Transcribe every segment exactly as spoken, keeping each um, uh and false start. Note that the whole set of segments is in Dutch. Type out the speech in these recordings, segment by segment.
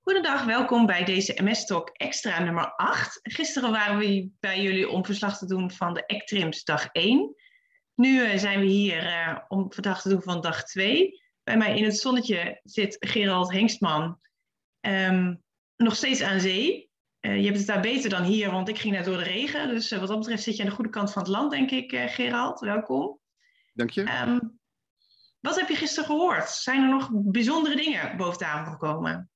Goedendag, welkom bij deze M S-talk extra nummer acht. Gisteren waren we bij jullie om verslag te doen van de E C T R I M S dag één. Nu uh, zijn we hier uh, om verslag te doen van dag twee. Bij mij in het zonnetje zit Gerald Hengstman, um, nog steeds aan zee. Uh, je hebt het daar beter dan hier, want ik ging daar door de regen. Dus uh, wat dat betreft zit je aan de goede kant van het land, denk ik, uh, Gerald. Welkom. Dank je. Um, wat heb je gisteren gehoord? Zijn er nog bijzondere dingen boven tafel gekomen?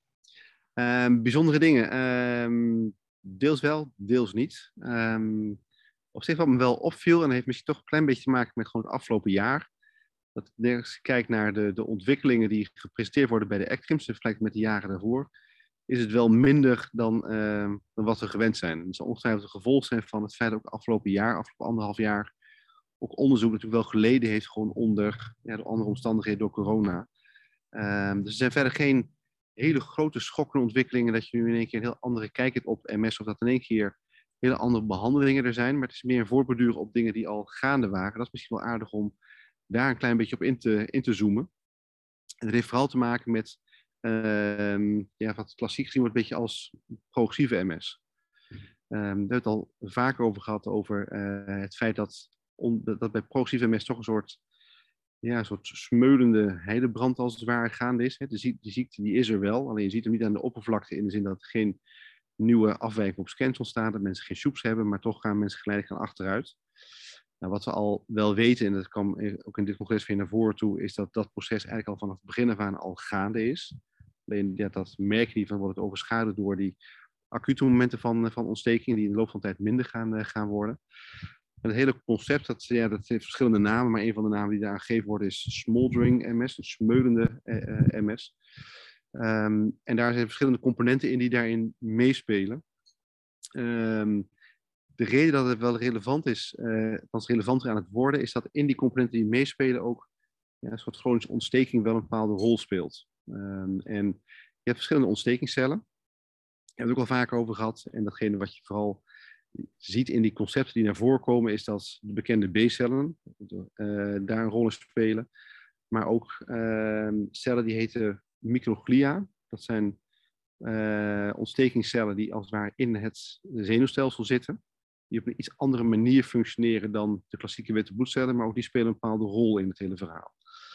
Um, bijzondere dingen. Um, deels wel, deels niet. Um, op zich wat me wel opviel, en heeft misschien toch een klein beetje te maken met gewoon het afgelopen jaar. Dat als je kijkt naar de, de ontwikkelingen die gepresenteerd worden bij de E C T R I M S, vergelijking met de jaren daarvoor, is het wel minder dan, uh, dan wat we gewend zijn. Het zal ongetwijfeld een gevolg zijn van het feit dat ook afgelopen jaar, afgelopen anderhalf jaar, ook onderzoek natuurlijk wel geleden heeft gewoon onder ja, door andere omstandigheden door corona. Um, dus er zijn verder geen hele grote schokkende ontwikkelingen dat je nu in één keer een heel andere kijk hebt op M S of dat in één keer hele andere behandelingen er zijn. Maar het is meer een voortborduren op dingen die al gaande waren. Dat is misschien wel aardig om daar een klein beetje op in te, in te zoomen. En dat heeft vooral te maken met uh, ja, wat klassiek gezien wordt een beetje als progressieve M S. Um, we hebben het al vaker over gehad over uh, het feit dat, on, dat bij progressieve M S toch een soort Ja, een soort smeulende heidebrand als het ware gaande is. De ziekte, die ziekte die is er wel, alleen je ziet hem niet aan de oppervlakte in de zin dat er geen nieuwe afwijking op scans ontstaan, dat mensen geen soeps hebben, maar toch gaan mensen geleidelijk aan achteruit. Nou, wat we al wel weten, en dat kwam ook in dit congres weer naar voren toe, is dat dat proces eigenlijk al vanaf het begin af aan al gaande is. Alleen ja, dat merk je niet van, wordt het overschaduwd door die acute momenten van, van ontsteking, die in de loop van de tijd minder gaan, gaan worden. Het hele concept, dat, ja, dat heeft verschillende namen, maar een van de namen die daar gegeven worden is smoldering M S, een smeulende uh, M S. Um, en daar zijn verschillende componenten in die daarin meespelen. Um, de reden dat het wel relevant is, uh, althans relevanter aan het worden, is dat in die componenten die meespelen ook ja, een soort chronische ontsteking wel een bepaalde rol speelt. Um, en je hebt verschillende ontstekingscellen. Daar hebben we het ook al vaker over gehad. En datgene wat je vooral ziet in die concepten die naar voren komen, is dat de bekende B-cellen uh, daar een rol in spelen. Maar ook uh, cellen die heten microglia. Dat zijn uh, ontstekingscellen die als het ware in het zenuwstelsel zitten. Die op een iets andere manier functioneren dan de klassieke witte bloedcellen, maar ook die spelen een bepaalde rol in het hele verhaal.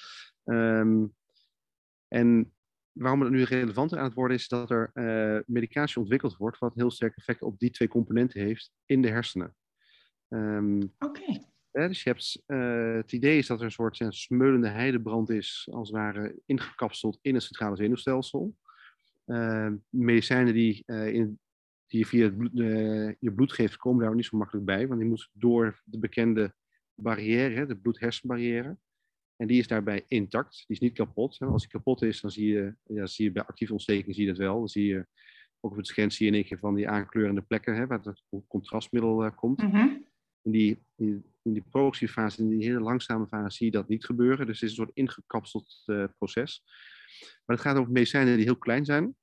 Um, en waarom het nu relevanter aan het worden is dat er uh, medicatie ontwikkeld wordt wat heel sterk effect op die twee componenten heeft in de hersenen. Um, Oké. Okay. Ja, dus je hebt, uh, het idee is dat er een soort ja, smeulende heidebrand is, als het ware ingekapseld in het centrale zenuwstelsel. Uh, medicijnen die, uh, in, die je via het bloed, uh, je bloed geeft, komen daar ook niet zo makkelijk bij, want die moeten door de bekende barrière, de bloed-hersenbarrière. En die is daarbij intact, die is niet kapot. Als die kapot is, dan zie je, ja, zie je bij actieve ontsteking zie je dat wel. Dan zie je, ook op het scan zie je in één keer van die aankleurende plekken, hè, waar het contrastmiddel uh, komt. Mm-hmm. In die, in, in die progressieve fase, in die hele langzame fase, zie je dat niet gebeuren. Dus het is een soort ingekapseld uh, proces. Maar het gaat over medicijnen die heel klein zijn.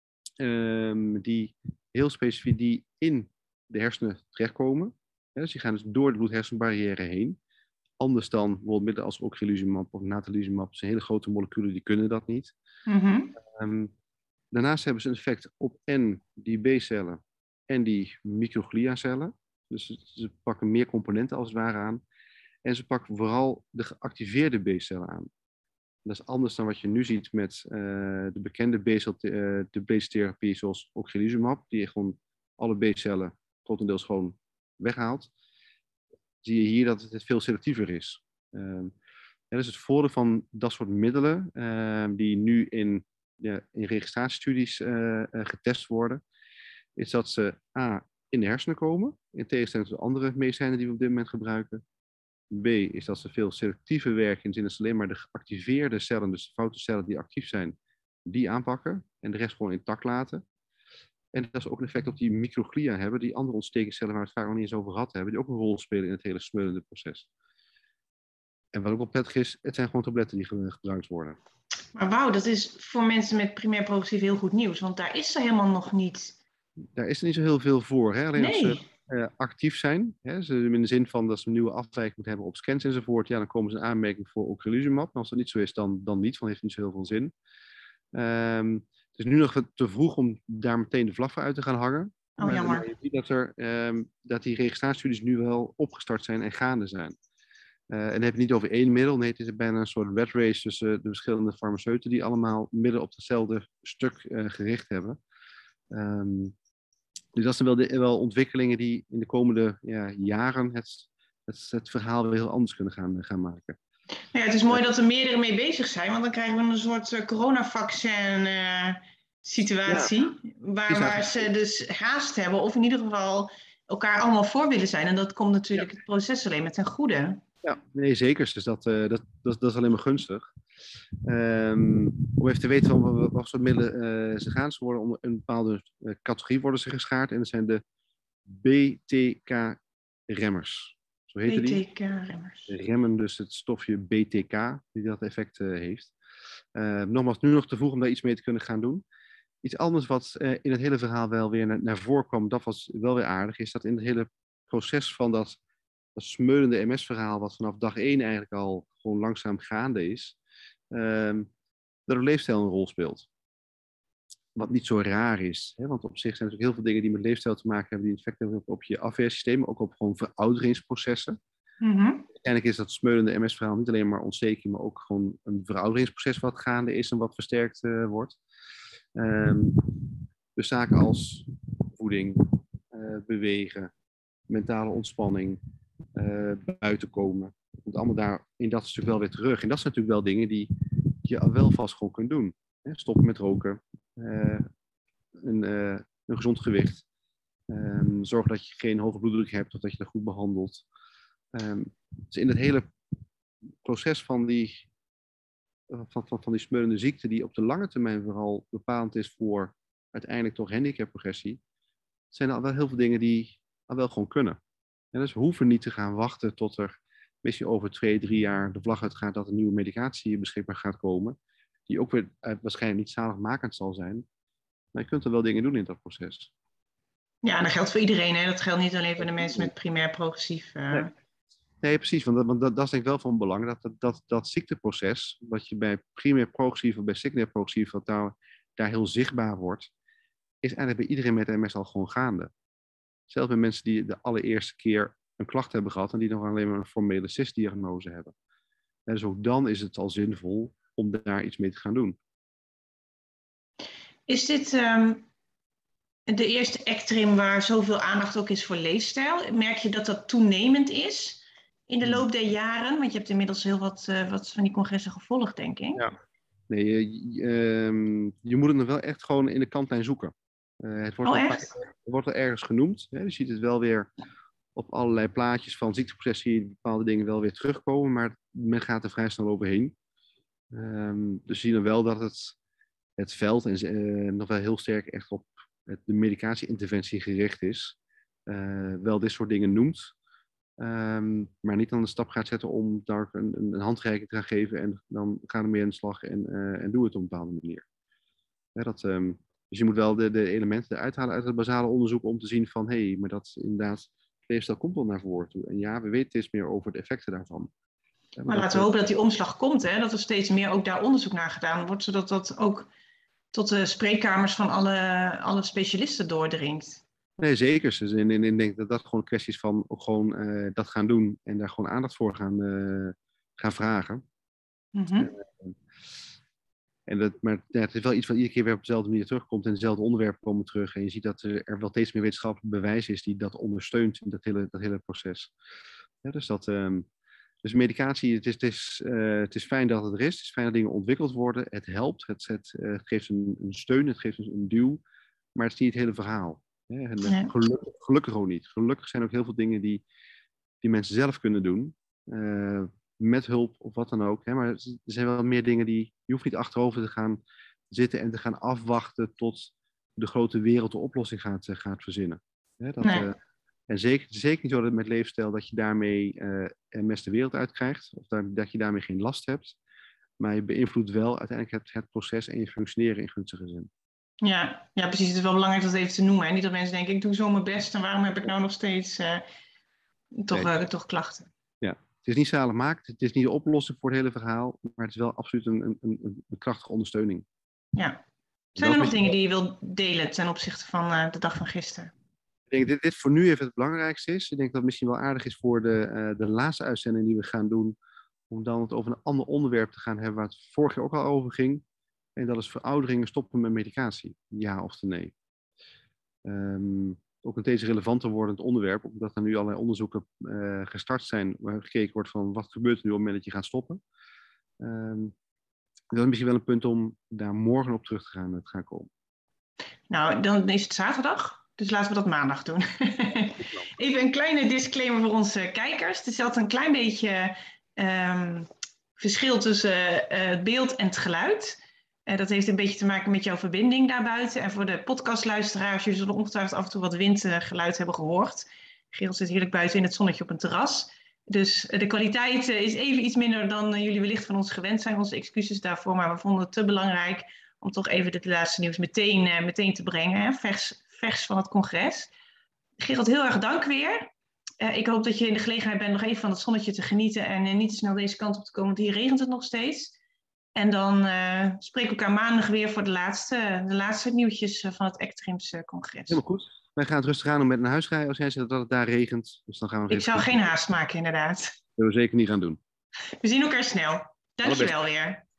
Um, die heel specifiek die in de hersenen terechtkomen. Ja, dus die gaan dus door de bloed-hersenbarrière heen. Anders dan bijvoorbeeld middelen als ocrelizumab of natalizumab. Dat zijn hele grote moleculen, die kunnen dat niet. Mm-hmm. Um, daarnaast hebben ze een effect op en die B-cellen en die microglia-cellen. Dus ze pakken meer componenten als het ware aan. En ze pakken vooral de geactiveerde B-cellen aan. Dat is anders dan wat je nu ziet met uh, de bekende B-cel-therapie zoals ocrelizumab. Die gewoon alle B-cellen grotendeels gewoon weghaalt. Zie je hier dat het veel selectiever is. Uh, dat is het voordeel van dat soort middelen uh, die nu in, ja, in registratiestudies uh, uh, getest worden. Is dat ze A, in de hersenen komen, in tegenstelling tot andere medicijnen die we op dit moment gebruiken. B, is dat ze veel selectiever werken, in de zin dat ze alleen maar de geactiveerde cellen, dus de foute cellen die actief zijn, die aanpakken en de rest gewoon intact laten. En dat ze ook een effect op die microglia hebben, die andere ontstekingscellen waar we het vaak nog niet eens over gehad hebben, die ook een rol spelen in het hele smeulende proces. En wat ook wel prettig is, het zijn gewoon tabletten die gebruikt worden. Maar wauw, dat is voor mensen met primair progressief heel goed nieuws, want daar is er helemaal nog niet. Daar is er niet zo heel veel voor. Hè? Alleen nee. als ze uh, actief zijn, hè? Ze, in de zin van dat ze een nieuwe afwijking moeten hebben op scans enzovoort, ja, dan komen ze in aanmerking voor ocrelizumab. En als dat niet zo is, dan, dan niet, want het heeft niet zo heel veel zin. Um, Het is nu nog te vroeg om daar meteen de vlag voor uit te gaan hangen. Oh, Maar, jammer. maar je ziet dat, er, um, dat die registratiestudies nu wel opgestart zijn en gaande zijn. Uh, en dan heb je het niet over één middel. Nee, het is bijna een soort red race tussen de verschillende farmaceuten die allemaal middelen op hetzelfde stuk uh, gericht hebben. Um, dus dat zijn wel, de, wel ontwikkelingen die in de komende ja, jaren het, het, het verhaal weer heel anders kunnen gaan, gaan maken. Ja, het is mooi dat er meerdere mee bezig zijn, want dan krijgen we een soort uh, coronavaccin uh, situatie, ja, waar, waar ze dus haast hebben of in ieder geval elkaar allemaal voor willen zijn. En dat komt natuurlijk ja. het proces alleen met ten goede. Ja, nee, zeker. Dus dat, uh, dat, dat, dat is alleen maar gunstig. Um, om even te weten van wat, wat soort middelen uh, ze gaan. Ze worden onder een bepaalde uh, categorie worden ze geschaard. En dat zijn de B T K-remmers. Zo heten die. B T K-remmers. Remmen dus het stofje B T K, die dat effect uh, heeft. Uh, nogmaals, nu nog te vroeg om daar iets mee te kunnen gaan doen. Iets anders wat uh, in het hele verhaal wel weer naar, naar voren kwam, dat was wel weer aardig, is dat in het hele proces van dat, dat smeulende M S-verhaal, wat vanaf dag één eigenlijk al gewoon langzaam gaande is, um, dat er leefstijl een rol speelt. Wat niet zo raar is, hè? Want op zich zijn er heel veel dingen die met leefstijl te maken hebben, die effect hebben op, op je afweersysteem, ook op gewoon verouderingsprocessen. Mm-hmm. Uiteindelijk is dat smeulende M S-verhaal niet alleen maar ontsteking, maar ook gewoon een verouderingsproces wat gaande is en wat versterkt uh, wordt. Um, dus zaken als voeding, uh, bewegen, mentale ontspanning, uh, buiten komen. Het komt allemaal daar in dat stuk wel weer terug. En dat zijn natuurlijk wel dingen die je wel vast gewoon kunt doen. Hè? Stoppen met roken, uh, een, uh, een gezond gewicht, um, zorg dat je geen hoge bloeddruk hebt of dat je dat goed behandelt. Um, dus in het hele proces van die, van, van, van die smeulende ziekte, die op de lange termijn vooral bepalend is voor uiteindelijk toch handicapprogressie, zijn er al wel heel veel dingen die al wel gewoon kunnen. En dus we hoeven niet te gaan wachten tot er misschien over twee, drie jaar de vlag uitgaat dat een nieuwe medicatie beschikbaar gaat komen, die ook weer uh, waarschijnlijk niet zaligmakend zal zijn. Maar je kunt er wel dingen doen in dat proces. Ja, en dat geldt voor iedereen. Hè? Dat geldt niet alleen voor de mensen met primair progressief. Uh... Nee. Nee, precies, want, dat, want dat, dat is denk ik wel van belang. Dat, dat, dat, dat ziekteproces, wat je bij primair progressief of bij secundair progressief, wat daar, daar heel zichtbaar wordt, is eigenlijk bij iedereen met M S al gewoon gaande. Zelfs bij mensen die de allereerste keer een klacht hebben gehad en die nog alleen maar een formele C I S-diagnose hebben. En dus ook dan is het al zinvol om daar iets mee te gaan doen. Is dit um, de eerste ECTRIM waar zoveel aandacht ook is voor leefstijl? Merk je dat dat toenemend is in de loop der jaren? Want je hebt inmiddels heel wat, uh, wat van die congressen gevolgd, denk ik. Ja, nee, je, je, um, je moet het nog wel echt gewoon in de kantlijn zoeken. Uh, het wordt oh, wel echt? Vaak, het wordt wel ergens genoemd. Hè? Je ziet het wel weer op allerlei plaatjes van ziekteprocessen, zie je bepaalde dingen wel weer terugkomen, maar men gaat er vrij snel overheen. Um, dus we zien dan wel dat het, het veld en, uh, nog wel heel sterk echt op het, de medicatie-interventie gericht is. Uh, wel dit soort dingen noemt. Um, maar niet dan de stap gaat zetten om daar een, een handreiking te gaan geven en dan gaan we mee aan de slag en, uh, en doe het op een bepaalde manier. Ja, dat, um, dus je moet wel de, de elementen eruit halen uit het basale onderzoek om te zien van hé, hey, maar dat inderdaad, leefstijl komt wel naar voren toe. En ja, we weten steeds meer over de effecten daarvan. Ja, maar maar laten dat, we hopen dat die omslag komt, hè? Dat er steeds meer ook daar onderzoek naar gedaan wordt, zodat dat ook tot de spreekkamers van alle, alle specialisten doordringt. Nee, zeker. Dus in, in, in denk dat dat gewoon kwesties van ook gewoon uh, dat gaan doen en daar gewoon aandacht voor gaan, uh, gaan vragen. Mm-hmm. Uh, en dat, maar ja, het is wel iets wat iedere keer weer op dezelfde manier terugkomt en dezelfde onderwerpen komen terug. En je ziet dat er, er wel steeds meer wetenschappelijk bewijs is die dat ondersteunt in dat hele, dat hele proces. Ja, dus, dat, um, dus medicatie, het is, het, is, uh, het is fijn dat het er is. Het is fijn dat dingen ontwikkeld worden. Het helpt, het, het, uh, het geeft een, een steun, het geeft een duw. Maar het is niet het hele verhaal. Ja, en Nee. gelukkig, gelukkig ook niet. Gelukkig zijn ook heel veel dingen die, die mensen zelf kunnen doen. Uh, met hulp of wat dan ook. Hè. Maar er zijn wel meer dingen die... Je hoeft niet achterover te gaan zitten en te gaan afwachten tot de grote wereld de oplossing gaat, uh, gaat verzinnen. Hè, dat, Nee. uh, en zeker, zeker niet zo dat met leefstijl dat je daarmee uh, M S de wereld uitkrijgt. Of dat, dat je daarmee geen last hebt. Maar je beïnvloedt wel uiteindelijk het, het proces en je functioneren in gunstige zin. Ja, ja, precies. Het is wel belangrijk dat even te noemen. Hè? Niet dat mensen denken, ik doe zo mijn best en waarom heb ik nou nog steeds uh, toch, nee. uh, toch klachten? Ja, het is niet zaligmakend, het is niet de oplossing voor het hele verhaal, maar het is wel absoluut een, een, een, een krachtige ondersteuning. Ja. Zijn er nog misschien... dingen die je wilt delen ten opzichte van uh, de dag van gisteren? Ik denk dat dit, dit voor nu even het belangrijkste is. Ik denk dat het misschien wel aardig is voor de, uh, de laatste uitzending die we gaan doen, om dan het over een ander onderwerp te gaan hebben waar het vorig jaar ook al over ging. En dat is verouderingen stoppen met medicatie. Ja of nee. Um, ook een steeds relevanter wordend onderwerp, omdat er nu allerlei onderzoeken uh, gestart zijn waar gekeken wordt van wat gebeurt er nu op het moment dat je gaat stoppen. Um, dat is misschien wel een punt om daar morgen op terug te gaan, te gaan komen. Nou, dan is het zaterdag. Dus laten we dat maandag doen. Even een kleine disclaimer voor onze kijkers. Er is altijd een klein beetje um, verschil tussen uh, het beeld en het geluid. Uh, dat heeft een beetje te maken met jouw verbinding daarbuiten. En voor de podcastluisteraars, jullie zullen ongetwijfeld af en toe wat windgeluid hebben gehoord. Gerald zit heerlijk buiten in het zonnetje op een terras. Dus uh, de kwaliteit uh, is even iets minder dan uh, jullie wellicht van ons gewend zijn. Onze excuses daarvoor, maar we vonden het te belangrijk om toch even het laatste nieuws meteen, uh, meteen te brengen. Hè? Vers, vers van het congres. Gerald, heel erg dank weer. Uh, ik hoop dat je in de gelegenheid bent nog even van het zonnetje te genieten en uh, niet te snel deze kant op te komen, want hier regent het nog steeds. En dan uh, spreken we elkaar maandag weer voor de laatste, de laatste nieuwtjes van het ECTRIMS congres. Helemaal goed. Wij gaan het rustig aan doen met een huisrij als jij zegt dat het daar regent. Dus dan gaan we nog ik zou geen haast maken, inderdaad. Dat zullen we zeker niet gaan doen. We zien elkaar snel. Dank je wel weer.